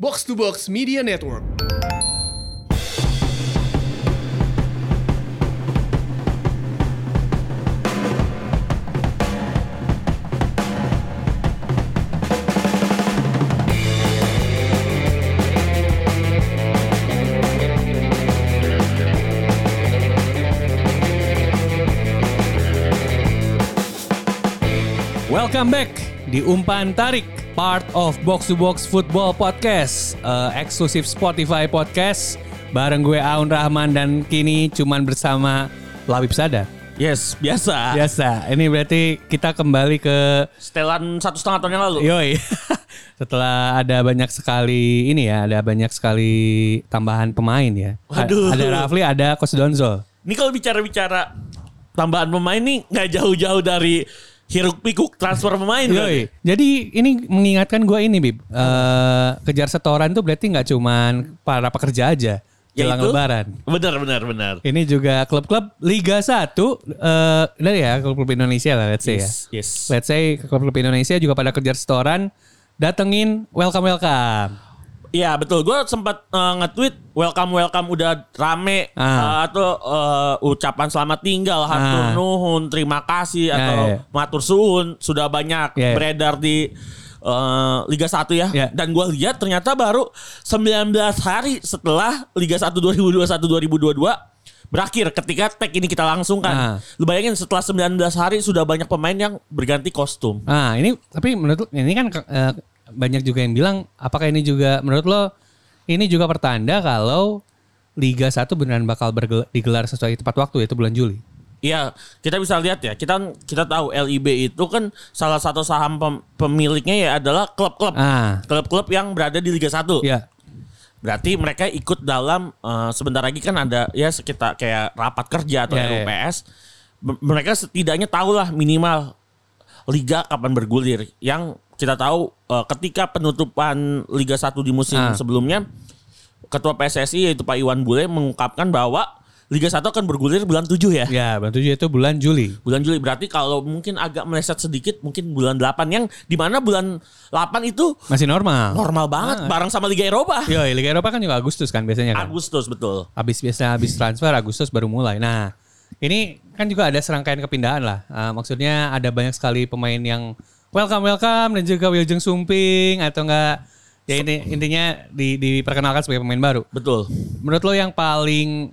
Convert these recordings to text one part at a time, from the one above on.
Box to Box Media Network. Welcome back di Umpan Tarik, part of Box to Box Football Podcast, eksklusif Spotify Podcast. Bareng gue Aun Rahman dan kini cuman bersama Labib Sadar. Yes, biasa. Ini berarti kita kembali ke setelan 1,5 tahun yang lalu. Yoi. Setelah ada banyak sekali tambahan pemain ya. Waduh. Ada Rafli, ada Coach Donzo. Ini kalau bicara tambahan pemain nih nggak jauh-jauh dari hiruk pikuk transfer pemain. Yoi. Jadi ini mengingatkan gue ini Bib, kejar setoran tuh berarti nggak cuman para pekerja aja jelang lebaran. Benar. Ini juga klub-klub Liga 1 dari ya klub-klub Indonesia lah let's say Yes. Let's say klub-klub Indonesia juga pada kejar setoran, datengin welcome. Iya betul, gue sempat nge-tweet welcome udah rame atau ucapan selamat tinggal, hatur nuhun, terima kasih atau matur suhun sudah banyak beredar di Liga 1 ya. Dan gue lihat ternyata baru 19 hari setelah Liga 1 2021-2022 berakhir ketika tag ini kita langsungkan. Lu bayangin setelah 19 hari sudah banyak pemain yang berganti kostum. Ini tapi menurut ini kan banyak juga yang bilang apakah ini juga menurut lo ini juga pertanda kalau Liga 1 beneran bakal digelar sesuai tepat waktu yaitu bulan Juli. Iya, kita bisa lihat ya. Kita tahu LIB itu kan salah satu saham pemiliknya ya adalah klub-klub yang berada di Liga 1. Iya. Berarti mereka ikut dalam sebentar lagi kan ada ya sekitar kayak rapat kerja atau RUPS. Mereka setidaknya tahulah minimal liga kapan bergulir. Yang kita tahu ketika penutupan Liga 1 di musim sebelumnya, Ketua PSSI yaitu Pak Iwan Bule mengungkapkan bahwa Liga 1 akan bergulir bulan 7 ya. Ya, bulan 7 itu bulan Juli. Bulan Juli berarti kalau mungkin agak meleset sedikit mungkin bulan 8 yang dimana bulan 8 itu masih normal. Normal banget bareng sama Liga Eropa. Yoi, Liga Eropa kan juga Agustus kan biasanya kan. Agustus betul. Habis transfer Agustus baru mulai. Nah, ini kan juga ada serangkaian kepindahan lah. Maksudnya ada banyak sekali pemain yang welcome dan juga Wilujeng Sumping atau enggak ya ini intinya diperkenalkan sebagai pemain baru. Betul. Menurut lo yang paling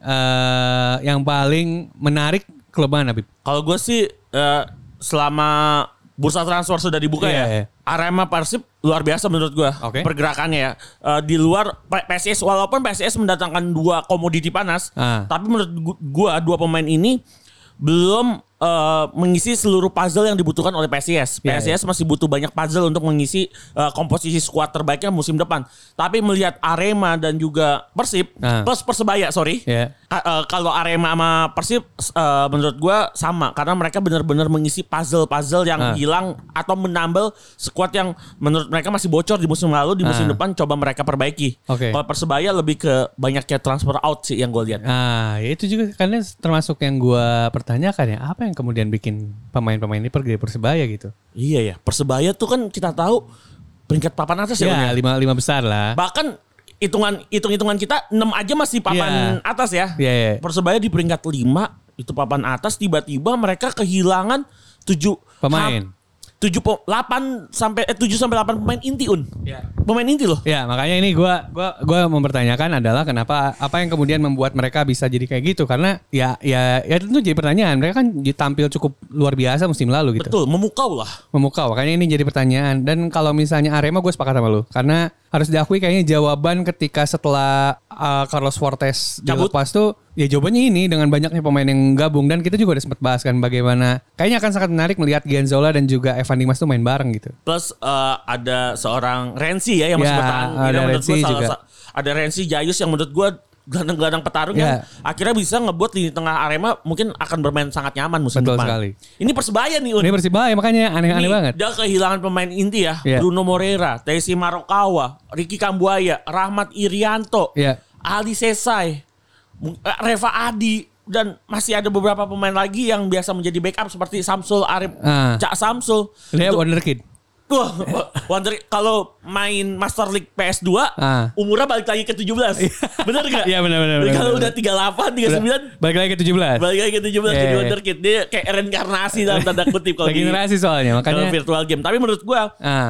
menarik klub mana, Bib? Kalau gue sih selama bursa transfer sudah dibuka Arema Persib luar biasa menurut gue pergerakannya ya. Di luar PSIS walaupun PSIS mendatangkan 2 komoditi panas, tapi menurut gue 2 pemain ini belum mengisi seluruh puzzle yang dibutuhkan oleh PSIS. PSIS masih butuh banyak puzzle untuk mengisi komposisi skuad terbaiknya musim depan. Tapi melihat Arema dan juga Persib plus Persebaya, kalau Arema sama Persib menurut gue sama karena mereka benar-benar mengisi puzzle yang hilang atau menambal skuad yang menurut mereka masih bocor di musim lalu, di musim depan coba mereka perbaiki. Kalau Persebaya lebih ke banyaknya transfer out sih yang gue lihat. Ya itu juga karena termasuk yang gue pertanyakan ya, apa yang kemudian bikin pemain-pemain ini pergi dari Persebaya gitu. Iya ya, Persebaya tuh kan kita tahu peringkat papan atas ya. 5 besar lah. Bahkan hitung-hitungan kita 6 aja masih papan atas ya. Persebaya di peringkat 5 itu papan atas, tiba-tiba mereka kehilangan 7 pemain. 7 sampai 8 pemain inti Pemain inti loh. Ya, makanya ini gua mempertanyakan adalah kenapa apa yang kemudian membuat mereka bisa jadi kayak gitu karena ya tentu jadi pertanyaan. Mereka kan tampil cukup luar biasa musim lalu gitu. Betul, memukau. Makanya ini jadi pertanyaan dan kalau misalnya Arema gue sepakat sama lu karena harus diakui kayaknya jawaban ketika setelah Carlos Fortes dilepas tuh ya jawabannya ini dengan banyaknya pemain yang gabung dan kita juga udah sempat bahas kan bagaimana kayaknya akan sangat menarik melihat Gianzola dan juga Evan Dimas tuh main bareng gitu. Plus ada seorang Renzi ya yang masih bertahan. Ada Renzi juga. Ada Renzi Jayus yang menurut gue gelandang petarung yang akhirnya bisa ngebuat di tengah Arema mungkin akan bermain sangat nyaman musim depan. Betul sekali. Ini Persebaya nih. Ini Persebaya makanya aneh banget. Dia kehilangan pemain inti ya. Bruno Moreira, Tesi Marokawa, Ricky Kambuaya, Rahmat Irianto, Ali Sesai, Reva Adi dan masih ada beberapa pemain lagi yang biasa menjadi backup seperti Samsul Arif, Cak Samsul. Dia wonderkid. Wah, Wonder kalau main Master League PS2 umurnya balik lagi ke 17. Bener gak? Iya benar. Kalau udah 38, 39 balik lagi ke 17. Balik lagi ke 17 jadi Wonderkid. Dia kayak reinkarnasi dalam tanda kutip kalau regenerasi soalnya makanya virtual game. Tapi menurut gua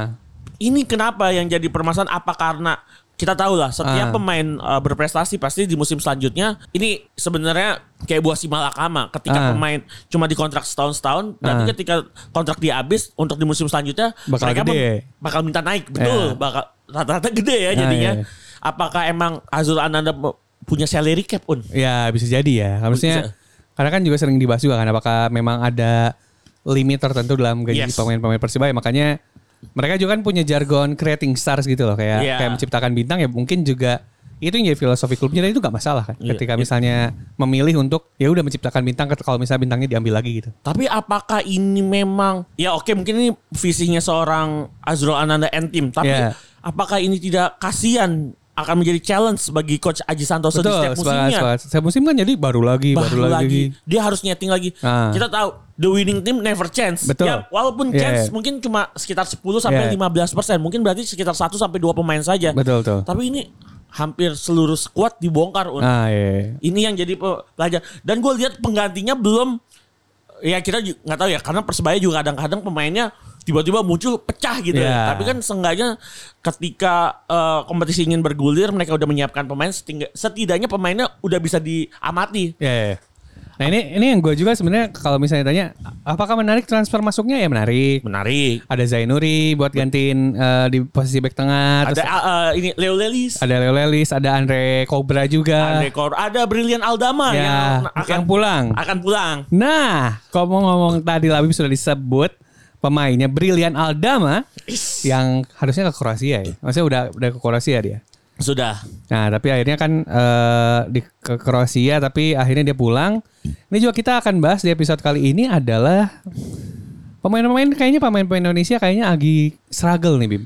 ini kenapa yang jadi permasalahan apa karena kita tahu lah setiap pemain berprestasi pasti di musim selanjutnya ini sebenarnya kayak buah si malakama ketika pemain cuma dikontrak setahun berarti ketika kontrak dia habis untuk di musim selanjutnya mereka bakal minta naik bakal rata-rata gede ya jadinya. Apakah emang Azrul Ananda punya salary cap Ya bisa jadi ya. Harusnya karena kan juga sering dibahas juga kan apakah memang ada limit tertentu dalam gaji pemain-pemain Persibaya makanya mereka juga kan punya jargon creating stars gitu loh kayak menciptakan bintang ya mungkin juga itu yang jadi filosofi klubnya dan itu gak masalah kan ketika misalnya memilih untuk ya udah menciptakan bintang kalau misalnya bintangnya diambil lagi gitu. Tapi apakah ini memang ya oke mungkin ini visinya seorang Azrul Ananda and team tapi apakah ini tidak kasihan akan menjadi challenge bagi coach Aji Santoso di setiap musimnya. Setiap musim kan jadi baru lagi. Dia harus nyeting lagi. Kita tahu the winning team never chance. Betul. Ya, walaupun chance mungkin cuma sekitar 10 sampai 15%, mungkin berarti sekitar 1 sampai 2 pemain saja. Betul. Tapi ini hampir seluruh skuad dibongkar. Ini yang jadi pelajar. Dan gue lihat penggantinya belum. Ya kita nggak tahu ya karena Persebaya juga kadang-kadang pemainnya tiba-tiba muncul pecah gitu. Tapi kan seenggaknya ketika kompetisi ingin bergulir mereka udah menyiapkan pemain setidaknya pemainnya udah bisa diamati. Nah ini yang gue juga sebenarnya kalau misalnya tanya apakah menarik transfer masuknya ya menarik. Ada Zainuri buat gantiin di posisi bek tengah. Ada ini Leo Lelis. Ada Leo Lelis, ada Andre Cobra juga. Ada Brilian Aldama yang pulang. Akan pulang. Nah, kalau ngomong tadi Labib sudah disebut pemainnya Brilian Aldama yang harusnya ke Kroasia ya. Maksudnya udah ke Kroasia dia. Sudah. Nah tapi akhirnya kan ke Kroasia tapi akhirnya dia pulang. Ini juga kita akan bahas di episode kali ini adalah pemain-pemain Indonesia kayaknya lagi struggle nih Bim.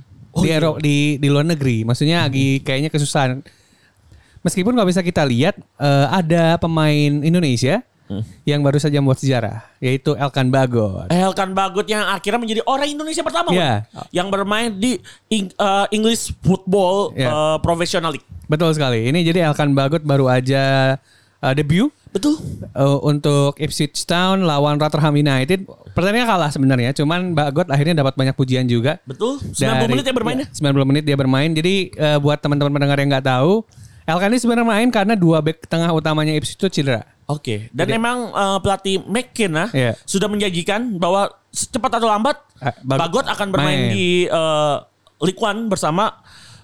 Di luar negeri. Maksudnya lagi kayaknya kesusahan. Meskipun kalau bisa kita lihat ada pemain Indonesia yang baru saja membuat sejarah yaitu Elkan Bagot. Elkan Bagot yang akhirnya menjadi orang Indonesia pertama yang bermain di English Football Professional League. Betul sekali. Ini jadi Elkan Bagot baru aja debut. Betul. Untuk Ipswich Town lawan Rotherham United. Pertandingannya kalah sebenarnya, cuman Bagot akhirnya dapat banyak pujian juga. Betul. 90 menit dia bermain. 90 menit dia bermain. Jadi buat teman-teman pendengar yang nggak tahu, Elkan ini sebenarnya main karena 2 bek tengah utamanya Ipswich itu cedera. Oke. Dan memang pelatih McKenna sudah menjanjikan bahwa cepat atau lambat Bagot akan bermain di League One bersama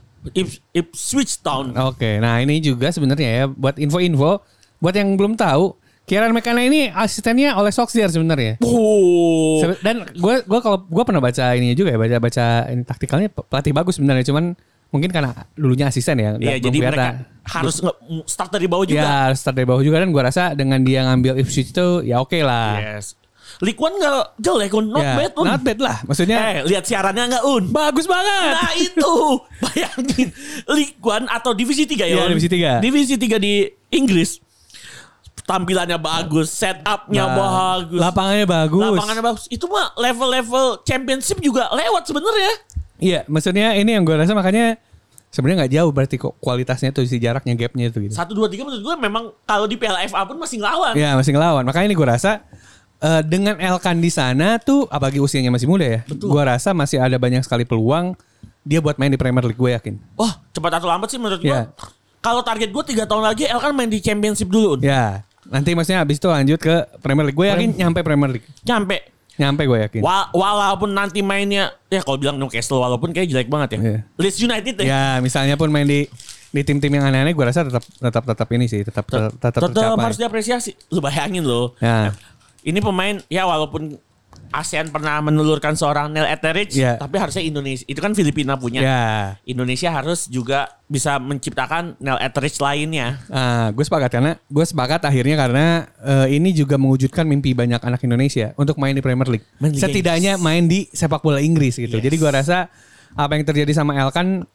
Ipswich Town. Oke. Nah ini juga sebenarnya ya buat info-info buat yang belum tahu, Kieran McKenna ini asistennya oleh Solskjaer sebenarnya. Dan gue pernah baca ini juga ya, baca ini taktikalnya pelatih bagus sebenarnya, cuman mungkin karena dulunya asisten ya. Iya, jadi mereka harus start dari bawah juga. Ya, start dari bawah juga dan gue rasa dengan dia ngambil Ipswich itu ya oke lah. Yes. League One gak jelek not bad lah. Maksudnya lihat siarannya gak bagus banget. Nah itu bayangin League One atau Divisi 3 ya. Divisi 3. Divisi 3 di Inggris. Tampilannya bagus, setupnya bagus, lapangannya bagus. Itu mah level-level championship juga lewat sebenarnya. Iya, maksudnya ini yang gue rasa makanya sebenarnya nggak jauh berarti kok kualitasnya tuh si jaraknya gapnya itu gitu. 1, 2, 3 menurut gue memang kalau di Piala FA pun masih ngelawan. Iya masih ngelawan. Makanya ini gue rasa dengan Elkan di sana tuh apalagi usianya masih muda ya. Gue rasa masih ada banyak sekali peluang dia buat main di Premier League, gue yakin. Wah cepat atau lambat sih menurut gue. Kalau target gue 3 tahun lagi Elkan main di Championship dulu. Ya. Nanti maksudnya abis itu lanjut ke Premier League. Gue yakin nyampe Premier League. Nyampe gue yakin. Walaupun nanti mainnya ya kalau bilang Newcastle walaupun kayak jelek banget ya. Leeds United ya. Ya misalnya pun main di tim-tim yang aneh-aneh gue rasa tetap ini sih tetap tercapai. Harus diapresiasi. Lu bayangin loh. Ya. Ini pemain ya walaupun ASEAN pernah menelurkan seorang Neil Etheridge, tapi harusnya Indonesia itu kan Filipina punya. Indonesia harus juga bisa menciptakan Neil Etheridge lainnya. Gue sepakat akhirnya karena ini juga mewujudkan mimpi banyak anak Indonesia untuk main di Premier League. Setidaknya main di sepak bola Inggris gitu. Jadi gue rasa apa yang terjadi sama Elkan tuh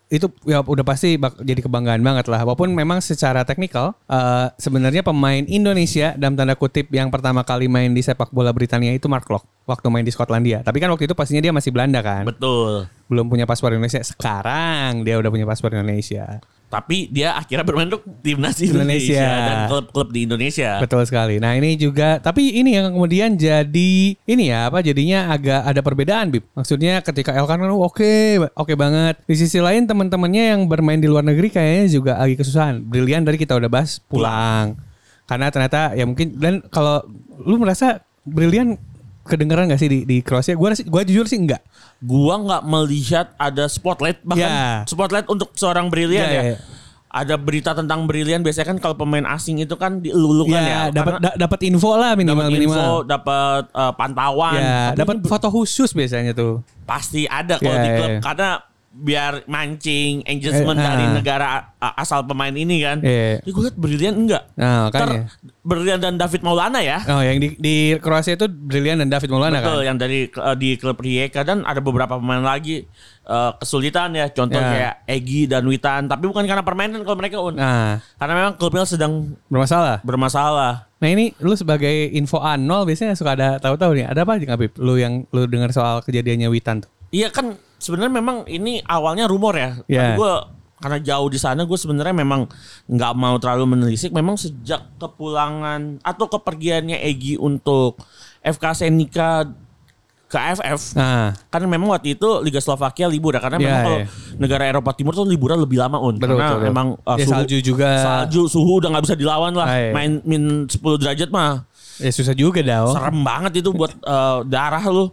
itu ya udah pasti jadi kebanggaan banget lah. Walaupun memang secara teknikal sebenarnya pemain Indonesia dalam tanda kutip yang pertama kali main di sepak bola Britania itu Mark Locke waktu main di Skotlandia. Tapi kan waktu itu pastinya dia masih Belanda kan. Betul. Belum punya paspor Indonesia. Sekarang dia udah punya paspor Indonesia. Tapi dia akhirnya bermain untuk timnas Indonesia dan klub-klub di Indonesia. Betul sekali. Nah ini juga, tapi ini yang kemudian jadi ini ya apa jadinya agak ada perbedaan, Bib. Maksudnya ketika Elkan kan oke banget. Di sisi lain teman-temannya yang bermain di luar negeri kayaknya juga lagi kesusahan. Brilian dari kita udah bahas pulang. Karena ternyata ya mungkin, dan kalau lu merasa Brilian kedengeran gak sih di Kroasia? Gua jujur sih enggak. Gua nggak melihat ada spotlight, bahkan spotlight untuk seorang Brilian ya. Ada berita tentang Brilian biasanya kan kalau pemain asing itu kan dielulukan ya. Dapat info lah minimal. Dapat pantauan. Ya, dapat foto khusus biasanya tuh. Pasti ada kalau di klub karena biar mancing engagement dari negara asal pemain ini kan. Jadi gue liat Brilian enggak. Nah, makanya. Brilian dan David Maulana ya. Oh, yang di Kroasia itu Brilian dan David Maulana. Betul, kan. yang dari di klub Rijeka, dan ada beberapa pemain lagi kesulitan ya. Contoh kayak Egy dan Witan, tapi bukan karena permainan kalau mereka karena memang klubnya sedang bermasalah. Nah ini lu sebagai info A0 biasanya suka ada tahu-tahu nih. Ada apa aja Bib? Lu yang lu dengar soal kejadiannya Witan tuh? Iya kan sebenarnya memang ini awalnya rumor ya. Tapi gue karena jauh di sana, gue sebenarnya memang nggak mau terlalu menelisik. Memang sejak kepulangan atau kepergiannya Egy untuk FK Senica ke AFF, kan memang waktu itu Liga Slovakia libur ya, karena memang kalau negara Eropa Timur tuh liburan lebih lama karena memang salju juga, suhu udah nggak bisa dilawan lah. Main min 10 derajat mah ya susah juga dah. Serem banget itu buat darah lu.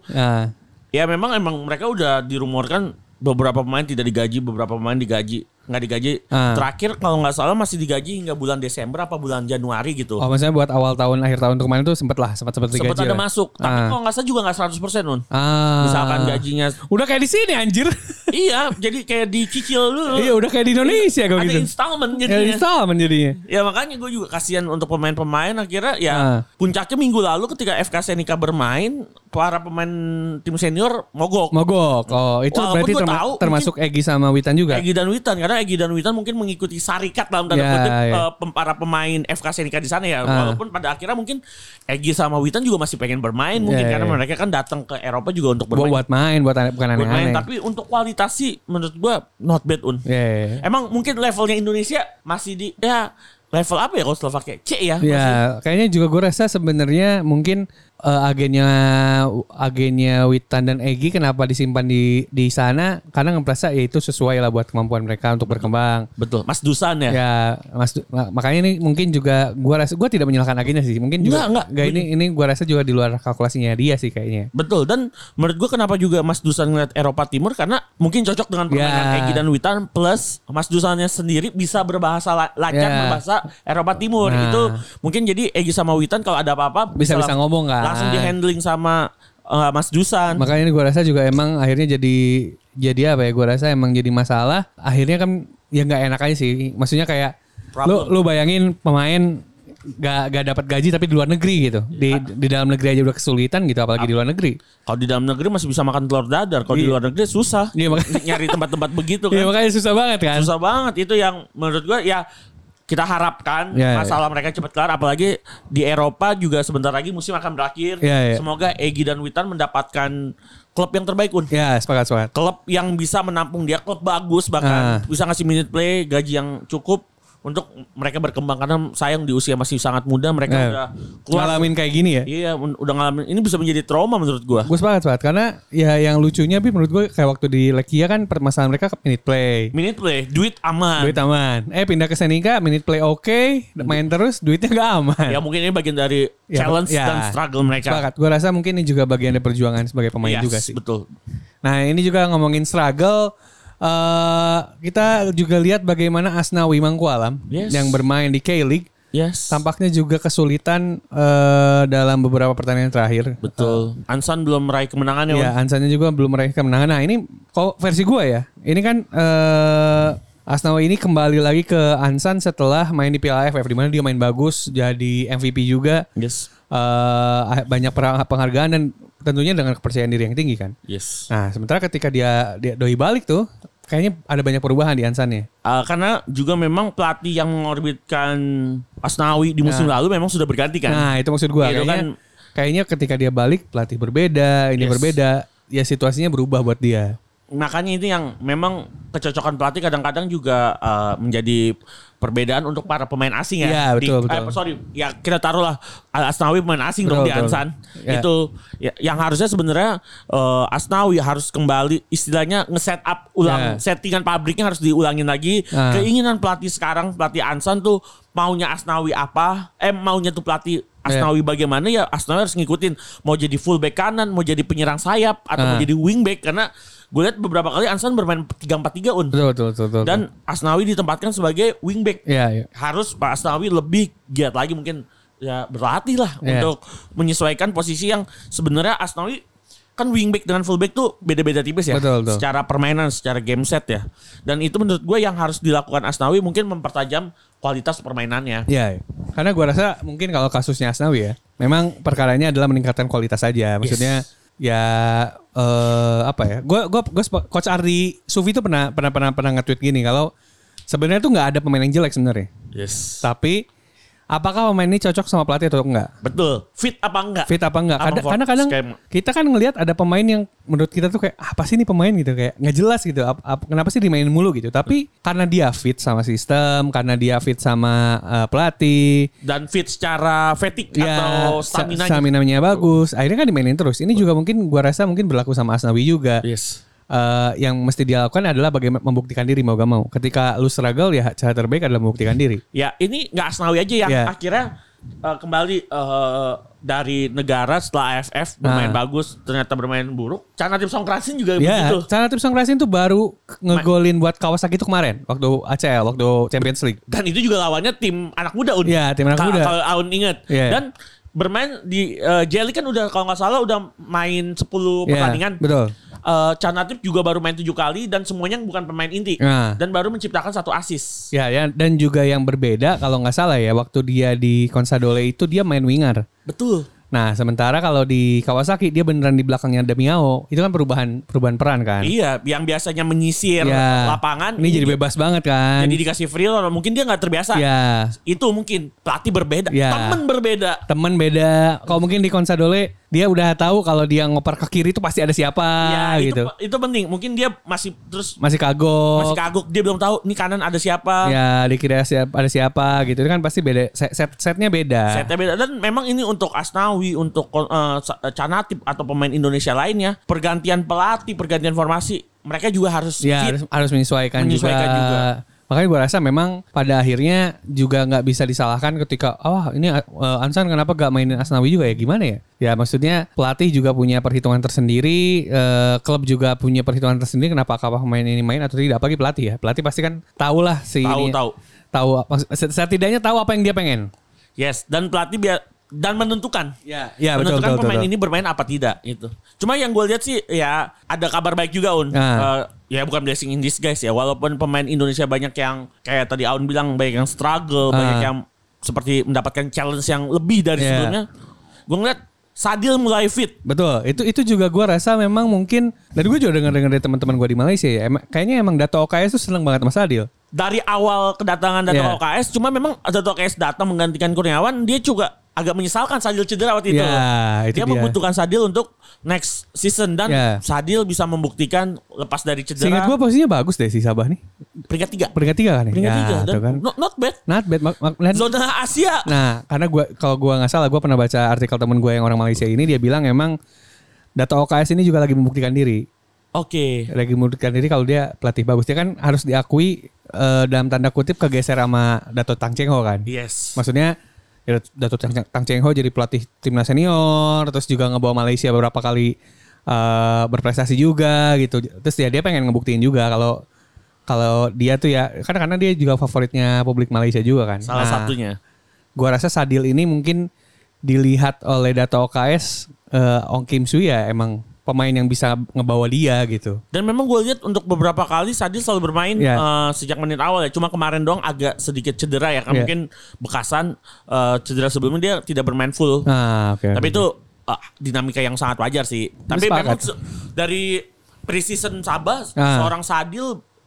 Ya memang mereka udah dirumorkan beberapa pemain tidak digaji, beberapa pemain nggak digaji. Terakhir kalau nggak salah masih digaji hingga bulan Desember apa bulan Januari gitu. Oh, maksudnya buat awal tahun akhir tahun kemarin tuh sempat digaji. Sempat ada masuk, tapi kalau nggak salah juga nggak 100% misalkan gajinya udah kayak di sini anjir. Iya, jadi kayak dicicil dulu. Iya, udah kayak di Indonesia kalau gitu. Ada installment jadinya. Ya makanya gue juga kasihan untuk pemain-pemain. Akhirnya ya puncaknya minggu lalu ketika FK Senica bermain, para pemain tim senior mogok. Oh, itu walaupun berarti termasuk Egy sama Witan juga. Egy dan Witan, karena Egy dan Witan mungkin mengikuti syarikat dalam tanda kutip para pemain FK Senica di sana ya. Walaupun pada akhirnya mungkin Egy sama Witan juga masih pengen bermain mungkin karena mereka kan datang ke Eropa juga untuk bermain. Bukan aneh-aneh. Tapi untuk kualitas sih menurut gua not bad Emang mungkin levelnya Indonesia masih di level apa ya kalau Slovakia? C ya. Ya, kayaknya juga gue rasa sebenarnya mungkin agennya Witan dan Egy kenapa disimpan di sana karena ngerasa ya itu sesuai lah buat kemampuan mereka untuk berkembang. Betul. Mas Dusan ya. Ya, makanya ini mungkin juga gue tidak menyalahkan agennya sih. Mungkin juga enggak ini gue rasa juga di luar kalkulasinya dia sih kayaknya. Betul. Dan menurut gue kenapa juga Mas Dusan ngeliat Eropa Timur karena mungkin cocok dengan permainan Egy dan Witan, plus Mas Dusannya sendiri bisa berbahasa lancar berbahasa Eropa Timur. Itu mungkin jadi Egy sama Witan kalau ada apa-apa bisa ngomong kan. Langsung di handling sama Mas Dusan. Makanya gue rasa juga emang akhirnya jadi apa ya? Gue rasa emang jadi masalah. Akhirnya kan ya nggak enak aja sih. Maksudnya kayak lu bayangin pemain gak dapat gaji tapi di luar negeri gitu. Di dalam negeri aja udah kesulitan gitu, apalagi di luar negeri. Kalau di dalam negeri masih bisa makan telur dadar. Kalau di luar negeri susah. Nyari tempat-tempat begitu kan. Iya makanya susah banget kan. Susah banget itu yang menurut gue ya. Kita harapkan masalah mereka cepat kelar, apalagi di Eropa juga sebentar lagi musim akan berakhir. Semoga Egy dan Witan mendapatkan klub yang terbaik sepakat. Klub yang bisa menampung dia, klub bagus bahkan bisa ngasih minute play, gaji yang cukup untuk mereka berkembang, karena sayang di usia masih sangat muda mereka udah keluar ngalamin kayak gini ya. Iya, udah ngalamin. Ini bisa menjadi trauma menurut gua. Gue sepakat karena ya yang lucunya menurut gue kayak waktu di Lechia kan permasalahan mereka ke minute play, duit aman. Pindah ke Senica, minute play main terus, duitnya gak aman. Ya mungkin ini bagian dari challenge dan struggle mereka. Sepakat. Gue rasa mungkin ini juga bagian dari perjuangan sebagai pemain juga sih. Betul. Nah ini juga ngomongin struggle. Kita juga lihat bagaimana Asnawi Mangkualam yang bermain di K-League tampaknya juga kesulitan dalam beberapa pertandingan terakhir. Betul. Ansan belum meraih kemenangan ya. Ansannya juga belum meraih kemenangan. Nah ini kalau versi gue ya, ini kan Asnawi ini kembali lagi ke Ansan setelah main di Piala AFF, di mana dia main bagus, jadi MVP juga. Banyak penghargaan dan tentunya dengan kepercayaan diri yang tinggi kan. Yes. Nah, sementara ketika dia doi balik tuh, kayaknya ada banyak perubahan di Ansan ya. Karena juga memang pelatih yang mengorbitkan Asnawi di musim lalu memang sudah berganti kan. Nah itu maksud gue. Kayaknya ketika dia balik pelatih berbeda, ini berbeda. Ya situasinya berubah buat dia. Makanya itu yang memang kecocokan pelatih kadang-kadang juga menjadi perbedaan untuk para pemain asing ya. Iya betul. Ya kita taruhlah Asnawi pemain asing dong di Ansan. Ya. Itu yang harusnya sebenarnya Asnawi harus kembali istilahnya nge-set up ulang settingan pabriknya harus diulangin lagi. Keinginan pelatih sekarang, pelatih Ansan tuh maunya Asnawi apa? Maunya tuh pelatih Asnawi bagaimana ya Asnawi harus ngikutin. Mau jadi fullback kanan, mau jadi penyerang sayap atau mau jadi wingback karena gue lihat beberapa kali Ansan bermain 3-4-3 Betul. Dan Asnawi ditempatkan sebagai wingback. Iya. Harus Pak Asnawi lebih giat lagi mungkin ya berlatih lah untuk menyesuaikan posisi yang sebenarnya Asnawi kan wingback dengan fullback tuh beda-beda tipis ya. Betul. Secara permainan, secara game set ya. Dan itu menurut gue yang harus dilakukan Asnawi mungkin mempertajam kualitas permainannya. Iya. Karena gue rasa mungkin kalau kasusnya Asnawi ya, memang perkaranya adalah meningkatkan kualitas aja. Maksudnya apa ya? Gue Coach Ardi Sufi itu pernah nge-tweet gini kalau sebenarnya tuh nggak ada pemain yang jelek sebenarnya. Yes. Tapi apakah pemain ini cocok sama pelatih atau enggak? Betul. Fit apa enggak? Karena kadang kita kan ngelihat ada pemain yang menurut kita tuh kayak apa sih ini pemain gitu kayak nggak jelas gitu. Kenapa sih dimainin mulu gitu? Tapi karena dia fit sama sistem, karena dia fit sama pelatih dan fit secara fatigue atau stamina-nya bagus, akhirnya kan dimainin terus. Ini juga mungkin gua rasa mungkin berlaku sama Asnawi juga. Yes. Yang mesti dia lakukan adalah bagaimana membuktikan diri mau gak mau. Ketika lu struggle ya cara terbaik adalah membuktikan diri. Ya ini gak Asnawi aja yang akhirnya kembali dari negara setelah AFF bermain bagus ternyata bermain buruk. Canatip Songkrasin juga begitu. Canatip Songkrasin tuh baru ngegolin buat Kawasaki itu kemarin waktu ACL, waktu Champions League. Dan itu juga lawannya tim anak muda Iya, tim anak muda. Kalau Aun inget. Dan bermain di Jelly kan udah kalau nggak salah udah main 10 pertandingan. Betul. Canatip juga baru main 7 kali dan semuanya bukan pemain inti dan baru menciptakan 1 assist. Ya, dan juga yang berbeda kalau nggak salah ya waktu dia di Consadole itu dia main winger. Betul. Nah, sementara kalau di Kawasaki dia beneran di belakangnya Damiao. Itu kan perubahan peran kan. Iya, yang biasanya menyisir lapangan ini jadi bebas banget kan. Jadi dikasih free roll, mungkin dia nggak terbiasa. Iya. Itu mungkin pelatih berbeda, teman beda. Kalau mungkin di Consadole dia udah tahu kalau dia ngoper ke kiri itu pasti ada siapa gitu. Itu penting. Mungkin dia masih kagok. Dia belum tahu nih kanan ada siapa. Ya, di kiri ada siapa gitu. Itu kan pasti beda. Setnya beda. Dan memang ini untuk Asnawi, untuk Canatip atau pemain Indonesia lainnya, pergantian pelatih, pergantian formasi, mereka juga harus harus menyesuaikan juga. Makanya gue rasa memang pada akhirnya juga nggak bisa disalahkan ketika ini Ansan kenapa gak mainin Asnawi juga ya gimana ya? Ya maksudnya pelatih juga punya perhitungan tersendiri, klub juga punya perhitungan tersendiri kenapa pemain ini main atau tidak. Apalagi pelatih ya, pelatih pasti kan tahu setidaknya tahu apa yang dia pengen. Yes, dan pelatih dan menentukan betul, pemain ini bermain apa tidak itu. Cuma yang gue lihat sih ya ada kabar baik juga ya bukan blessing in disguise ya, walaupun pemain Indonesia banyak yang kayak tadi Aun bilang banyak yang struggle, banyak yang seperti mendapatkan challenge yang lebih dari sebelumnya. Gue ngeliat Sadil mulai fit. Betul. Itu juga gue rasa memang mungkin, dan gue juga dengar dari teman-teman gue di Malaysia ya. Kayaknya emang Dato OKS tuh seneng banget sama Sadil. Dari awal kedatangan Dato OKS, cuma memang Dato OKS datang menggantikan Kurniawan, dia juga agak menyesalkan Sadil cedera waktu itu. Dia membutuhkan Sadil untuk next season dan Sadil bisa membuktikan lepas dari cedera. Seingat gue posisinya bagus deh si Sabah nih. Peringkat 3 kan ya. Peringkat 3 dan kan. not bad. Zona Asia. Nah, karena kalau gue nggak salah gue pernah baca artikel temen gue yang orang Malaysia ini, dia bilang emang Dato OKS ini juga lagi membuktikan diri. Oke. Lagi membuktikan diri kalau dia pelatih bagus. Dia kan harus diakui dalam tanda kutip kegeser sama Dato Tang Cheng Ho kan. Yes. Maksudnya Dato Tang Cheng Ho jadi pelatih timnas senior, terus juga ngebawa Malaysia beberapa kali berprestasi juga gitu. Terus dia pengen ngebuktiin juga kalau dia tuh ya karena dia juga favoritnya publik Malaysia juga kan. Salah satunya. Gua rasa Sadil ini mungkin dilihat oleh Dato OKS Ong Kim Soo ya emang pemain yang bisa ngebawa dia gitu. Dan memang gue lihat untuk beberapa kali Sadil selalu bermain sejak menit awal ya. Cuma kemarin doang agak sedikit cedera ya. Kan mungkin bekasan cedera sebelumnya dia tidak bermain full. Tapi itu dinamika yang sangat wajar sih. Tapi memang dari pre-season Sabah seorang Sadil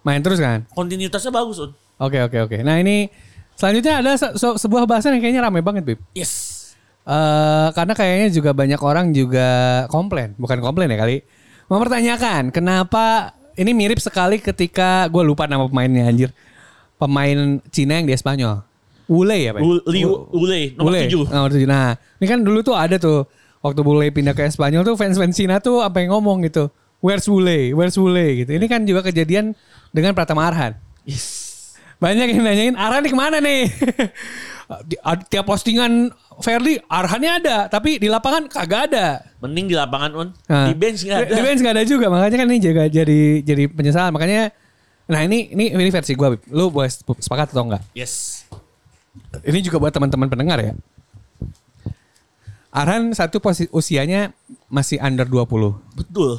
Main terus kan? Kontinuitasnya bagus, Un. Oke. Nah ini selanjutnya ada sebuah bahasan yang kayaknya ramai banget, Bib. Yes. Karena kayaknya juga banyak orang juga bukan komplain ya kali, mempertanyakan kenapa ini mirip sekali ketika gue lupa nama pemainnya anjir. Pemain Cina yang di Espanyol. Wule ya Pak? Wule, nomor 7. Nah, ini kan dulu tuh ada tuh. Waktu Wule pindah ke Espanyol tuh fans Cina tuh apa yang ngomong gitu. Where's Wule gitu. Ini kan juga kejadian dengan Pratama Arhan. Yes. Banyak yang nanyain Arhan nih kemana nih? Tiap postingan Ferdi Arhannya ada. Tapi di lapangan kagak ada. Mending di lapangan Un. Di bench gak ada. Di bench gak ada juga. Makanya kan ini juga jadi penyesalan. Makanya nah ini versi gue. Lu boleh sepakat atau enggak? Yes. Ini juga buat teman-teman pendengar ya. Arhan satu usianya masih under 20. Betul.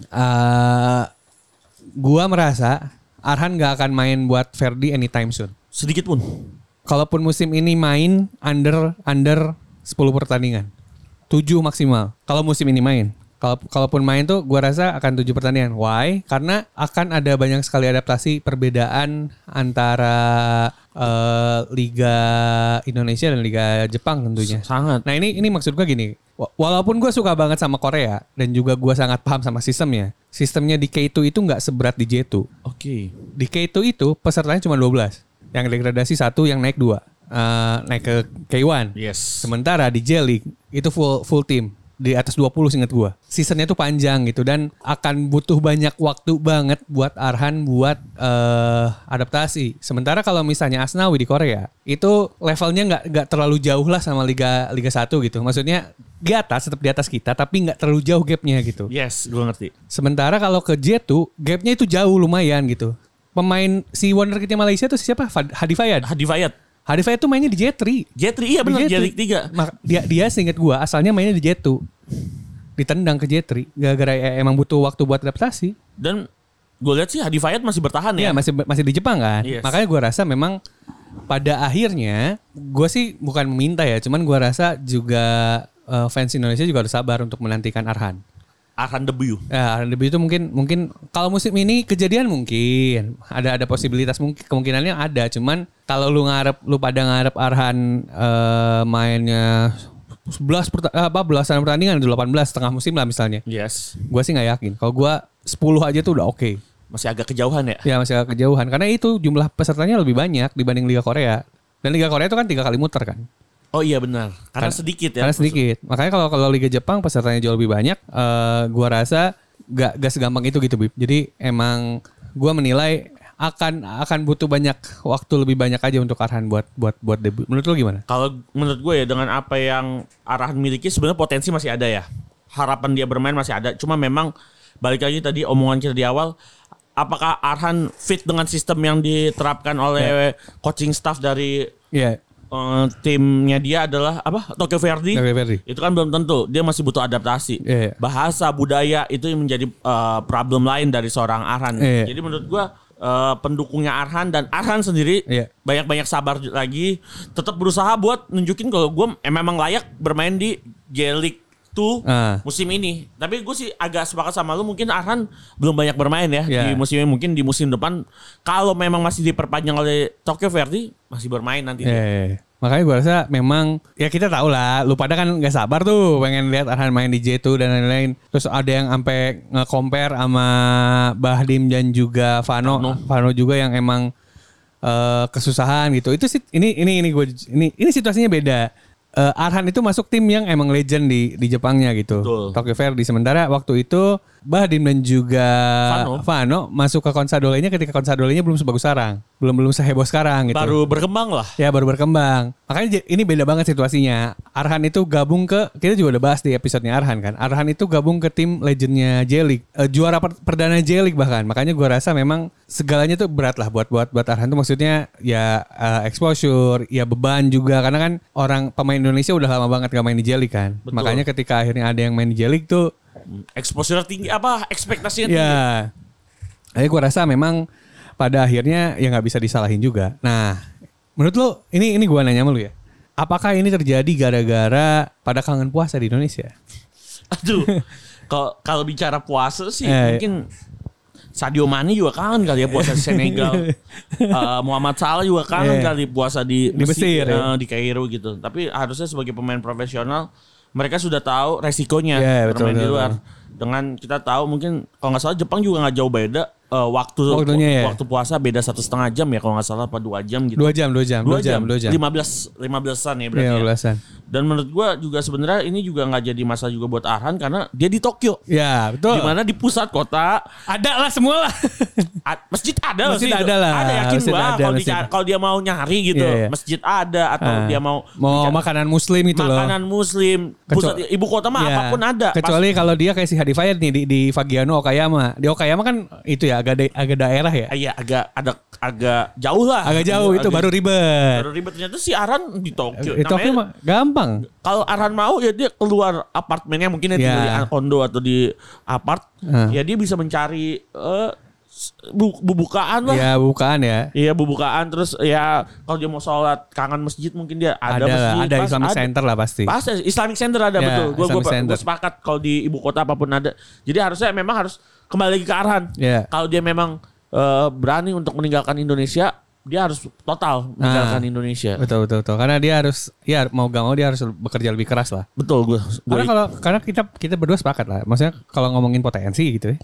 Gua merasa Arhan gak akan main buat Ferdi anytime soon. Sedikit pun. Kalaupun musim ini main under 10 pertandingan. 7 maksimal. Kalau musim ini main. Kalaupun main tuh gue rasa akan 7 pertandingan. Why? Karena akan ada banyak sekali adaptasi perbedaan antara Liga Indonesia dan Liga Jepang tentunya. Sangat. Nah ini maksud gue gini. Walaupun gue suka banget sama Korea dan juga gue sangat paham sama sistemnya. Sistemnya di K2 itu gak seberat di J2. Oke. Di K2 itu pesertanya cuma 12. Yang degradasi 1, yang naik 2. Naik ke K1. Yes. Sementara di J League itu full team. Di atas 20 seingat gue. Seasonnya tuh panjang gitu. Dan akan butuh banyak waktu banget buat Arhan buat adaptasi. Sementara kalau misalnya Asnawi di Korea. Itu levelnya gak terlalu jauh lah sama Liga 1 gitu. Maksudnya di atas, tetap di atas kita. Tapi gak terlalu jauh gapnya gitu. Yes, gue ngerti. Sementara kalau ke J2 gapnya itu jauh lumayan gitu. Pemain si wonderkidnya Malaysia tuh siapa? Hadi Fayad tuh mainnya di J3. Iya benar, J3. Dia seinget gue asalnya mainnya di J2. Ditendang ke J3 gara-gara emang butuh waktu buat adaptasi. Dan gue lihat sih Hadi Fayad masih bertahan ya. Iya, masih di Jepang kan. Yes. Makanya gue rasa memang pada akhirnya gue sih bukan meminta ya, cuman gue rasa juga fans Indonesia juga harus sabar untuk menantikan Arhan debut. Ya, Arhan debut itu mungkin kalau musim ini kejadian mungkin ada posibilitas, mungkin kemungkinannya ada. Cuman kalau lu pada ngarep Arhan mainnya 11 pertandingan di 18 setengah musim lah misalnya. Yes. Gue sih nggak yakin. Kalau gue 10 aja tuh udah oke. Masih agak kejauhan ya? Ya masih agak kejauhan karena itu jumlah pesertanya lebih banyak dibanding Liga Korea. Dan Liga Korea itu kan 3 kali muter kan. Oh iya benar. Karena sedikit ya. Karena sedikit. Makanya kalau Liga Jepang pesertanya jauh lebih banyak. Gua rasa gak segampang itu gitu, Bib. Jadi emang gua menilai akan butuh banyak waktu lebih banyak aja untuk Arhan buat debut. Menurut lo gimana? Kalau menurut gue ya dengan apa yang Arhan miliki sebenarnya potensi masih ada ya. Harapan dia bermain masih ada. Cuma memang balik lagi tadi omongan kita di awal. Apakah Arhan fit dengan sistem yang diterapkan oleh coaching staff dari timnya dia adalah apa? Tokyo Verdy. Itu kan belum tentu. Dia masih butuh adaptasi. Bahasa, budaya itu yang menjadi problem lain dari seorang Arhan. Jadi menurut gua pendukungnya Arhan dan Arhan sendiri banyak-banyak sabar lagi. Tetap berusaha buat nunjukin kalau gua memang layak bermain di J-League musim ini. Tapi gue sih agak sepakat sama lu, mungkin Arhan belum banyak bermain ya di musim ini. Mungkin di musim depan kalau memang masih diperpanjang oleh Tokyo Verdy masih bermain nanti. Makanya gue rasa memang ya kita tahu lah, lu pada kan gak sabar tuh pengen lihat Arhan main di J2 dan lain-lain. Terus ada yang sampai nge-compare sama Bahdim dan juga Vano juga yang emang kesusahan gitu. Itu sih ini situasinya beda. Arhan itu masuk tim yang emang legend di Jepangnya gitu. Tokyo Verdy. Sementara waktu itu Bahdim dan juga Vano masuk ke Consadole-nya ketika Consadole-nya belum sebagus sekarang. Belum seheboh sekarang gitu. Baru berkembang lah. Ya baru berkembang. Makanya ini beda banget situasinya. Arhan itu gabung kita juga udah bahas di episodenya Arhan kan. Arhan itu gabung ke tim legendnya J-League. Juara perdana J-League bahkan. Makanya gue rasa memang segalanya tuh berat lah buat Arhan tuh, maksudnya ya exposure, ya beban juga. Karena kan pemain Indonesia udah lama banget gak main di J-League kan. Betul. Makanya ketika akhirnya ada yang main di J-League tuh exposure tinggi, ekspektasinya tinggi. Ya. Jadi gue rasa memang pada akhirnya ya nggak bisa disalahin juga. Nah, menurut lo ini gue nanya sama lo ya. Apakah ini terjadi gara-gara pada kangen puasa di Indonesia? Aduh, kalau bicara puasa sih mungkin Sadio Mane juga kangen kali ya puasa di Senegal. Muhammad Salah juga kangen kali puasa di Mesir ya? Di Kairo gitu. Tapi harusnya sebagai pemain profesional mereka sudah tahu resikonya bermain di luar. Dengan kita tahu mungkin kalau nggak salah Jepang juga nggak jauh beda waktu puasa beda 1,5 jam ya kalau nggak salah apa 2 jam gitu. 2 jam. 15-an ya berarti. 15-an. Dan menurut gua juga sebenarnya ini juga nggak jadi masalah juga buat Arhan karena dia di Tokyo. Ya, betul. Dimana di pusat kota ada lah semua lah. Masjid ada masjid ada lah. Ada yakin gua kalau dia mau nyari gitu. Masjid ada atau dia mau makanan muslim itu loh. Makanan muslim. Pusat ibu kota mah apapun ada. Kecuali kalau dia kayak si Hadi Fayed nih di Fagiano Okayama. Di Okayama kan itu ya agak daerah ya. Iya, agak jauh lah. Agak jauh itu baru ribet. Ternyata si Arhan di Tokyo. Di Tokyo mah gampang. Kalau Arhan mau ya dia keluar apartemennya mungkin di kondo atau di apart. Ya dia bisa mencari bubukaan lah. Ya, bubukaan ya. Iya, bubukaan terus ya kalau dia mau sholat kangen masjid mungkin dia ada masjid. Ada Islamic Center lah pasti. Pasti Islamic Center ada betul. Gue sepakat kalau di ibu kota apapun ada. Jadi harusnya memang harus kembali lagi ke Arhan. Kalau dia memang berani untuk meninggalkan Indonesia, dia harus total meninggalkan Indonesia. Betul. Karena dia harus mau gak mau dia harus bekerja lebih keras lah. Betul karena kita berdua sepakat lah. Maksudnya kalau ngomongin potensi gitu ya.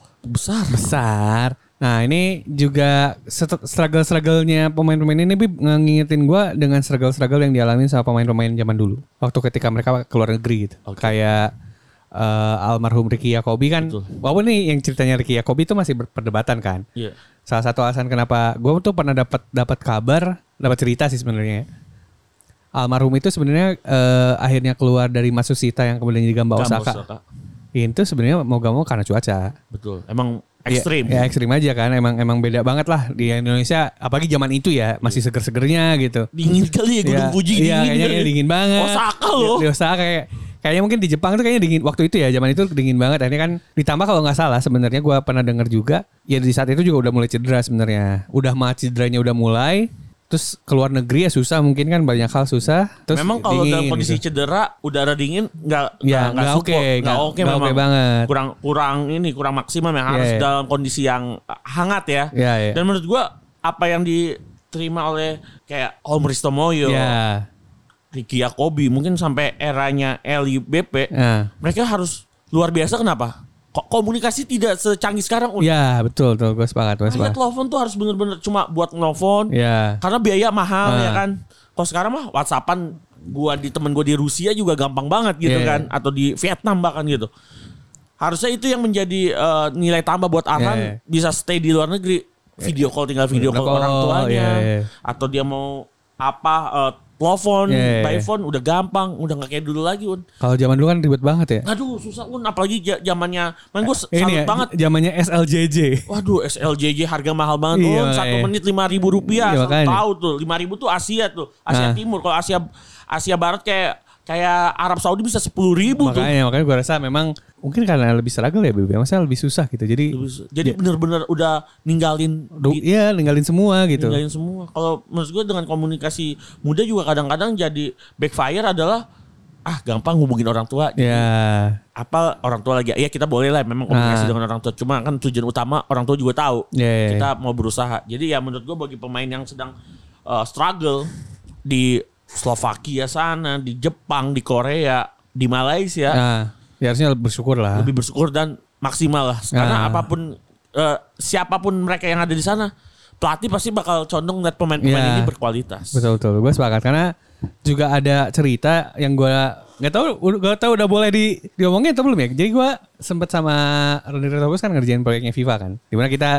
Besar. Nah ini juga struggle-nya pemain-pemain ini ngingetin gue dengan struggle yang dialami sama pemain-pemain zaman dulu. Waktu ketika mereka keluar negeri gitu. Kayak almarhum Ricky Yacobi kan. Walaupun nih yang ceritanya Ricky Yacobi itu masih perdebatan kan. Iya. Salah satu alasan kenapa gue tuh pernah dapat cerita sih sebenarnya. Almarhum itu sebenarnya akhirnya keluar dari Matsushita yang kemudian jadi Gamba Osaka. Itu sebenarnya mau gak mau karena cuaca. Betul. Emang ekstrim. Ya ekstrim aja kan. Emang beda banget lah di Indonesia. Apalagi zaman itu ya masih seger-segernya gitu. Dingin kali ya Gunung Fuji. Iya kayaknya dingin banget. Osaka loh. Di Osaka kayaknya mungkin di Jepang tuh kayaknya dingin. Waktu itu ya zaman itu dingin banget. Akhirnya kan ditambah kalau nggak salah sebenarnya gue pernah dengar juga. Ya di saat itu juga udah mulai cedera sebenarnya. Udah mah cederanya udah mulai. Terus keluar negeri ya susah mungkin kan banyak hal susah. Terus memang kalau dalam kondisi gitu. Cedera udara dingin nggak oke banget. Kurang maksimal yang harus dalam kondisi yang hangat ya. Dan menurut gua apa yang diterima oleh kayak Om Risto Moyo, Ricky Yacobi mungkin sampai eranya Eli BP, mereka harus luar biasa. Kenapa? Komunikasi tidak secanggih sekarang. Ya betul gue sepakat. Telepon tuh harus bener-bener cuma buat nelfon. Karena biaya mahal ya kan. Kalau sekarang mah WhatsAppan temen gue di Rusia juga gampang banget gitu kan. Atau di Vietnam bahkan gitu. Harusnya itu yang menjadi nilai tambah buat Arhan bisa stay di luar negeri. Video call orang tuanya. Atau dia mau telepon, by phone udah gampang, udah nggak kayak dulu lagi, Un. Kalau zaman dulu kan ribet banget ya. Aduh, susah, Un. Apalagi zamannya, gue salut banget. Zamannya SLJJ. Waduh, SLJJ harga mahal banget, Un. 1 menit Rp5.000. Tahu tuh, 5.000 tuh Asia Timur. Kalau Asia Barat kayak Arab Saudi bisa 10.000 tuh. Makanya gue rasa memang mungkin karena lebih struggle ya, BB. Maksudnya lebih susah gitu. Jadi benar-benar udah ninggalin semua gitu. Ninggalin semua. Kalau menurut gue dengan komunikasi muda juga kadang-kadang jadi backfire adalah gampang hubungin orang tua. Apa orang tua lagi? Ya kita boleh lah memang komunikasi dengan orang tua. Cuma kan tujuan utama orang tua juga tahu. Kita mau berusaha. Jadi ya menurut gue bagi pemain yang sedang struggle di Slovakia sana, di Jepang, di Korea, di Malaysia. Ya harusnya bersyukur lah. Lebih bersyukur dan maksimal lah. Karena apapun, siapapun mereka yang ada di sana, pelatih pasti bakal condong lihat pemain-pemain ini berkualitas. Betul. Gue sepakat. Karena juga ada cerita yang gue nggak tahu udah boleh diomongin atau belum ya. Jadi gue sempet sama Ronny Retobus kan ngerjain proyeknya FIFA kan, dimana kita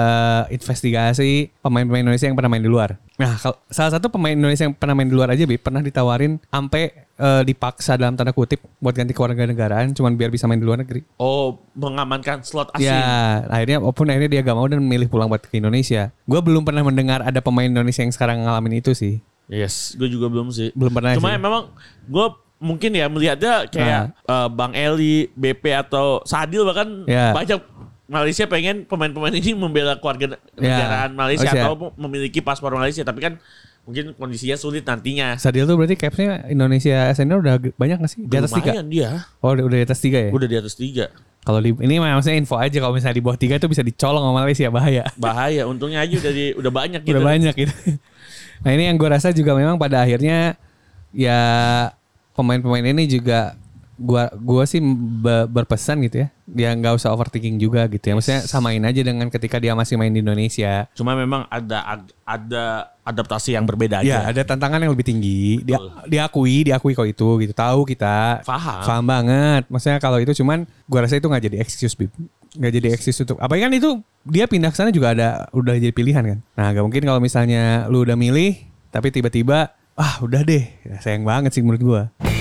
investigasi pemain-pemain Indonesia yang pernah main di luar. Nah salah satu pemain Indonesia yang pernah main di luar aja pernah ditawarin sampai dipaksa dalam tanda kutip buat ganti kewarganegaraan cuman biar bisa main di luar negeri. Mengamankan slot asing. Ya akhirnya dia gak mau dan memilih pulang buat ke Indonesia. Gue belum pernah mendengar ada pemain Indonesia yang sekarang ngalamin itu sih. Yes, gue juga belum sih. Belum pernah. Cuma memang gue mungkin ya melihatnya kayak Bang Eli, BP atau Sadil bahkan banyak Malaysia pengen pemain-pemain ini membela keluarga negaraan Malaysia atau memiliki paspor Malaysia, tapi kan mungkin kondisinya sulit nantinya. Sadil tuh berarti capsnya Indonesia senior udah banyak gak sih? Di atas 3? Lumayan dia. Oh udah di atas 3 ya? Udah di atas 3. Kalau ini maksudnya info aja, kalau misalnya di bawah 3 itu bisa dicolong sama Malaysia, bahaya. Bahaya, untungnya aja udah banyak gitu. Udah banyak gitu. Nah ini yang gue rasa juga memang pada akhirnya ya pemain-pemain ini juga gua sih berpesan gitu ya. Dia nggak usah overthinking juga gitu ya. Maksudnya samain aja dengan ketika dia masih main di Indonesia. Cuma memang ada adaptasi yang berbeda aja. Ya, ada tantangan yang lebih tinggi. Diakui kok itu gitu. Tahu kita. Paham banget. Maksudnya kalau itu cuman gua rasa itu nggak jadi excuse, Bib. Nggak jadi excuse untuk apa kan itu dia pindah ke sana juga udah jadi pilihan kan. Nah, gak mungkin kalau misalnya lu udah milih tapi tiba-tiba udah deh. Sayang banget sih menurut gua.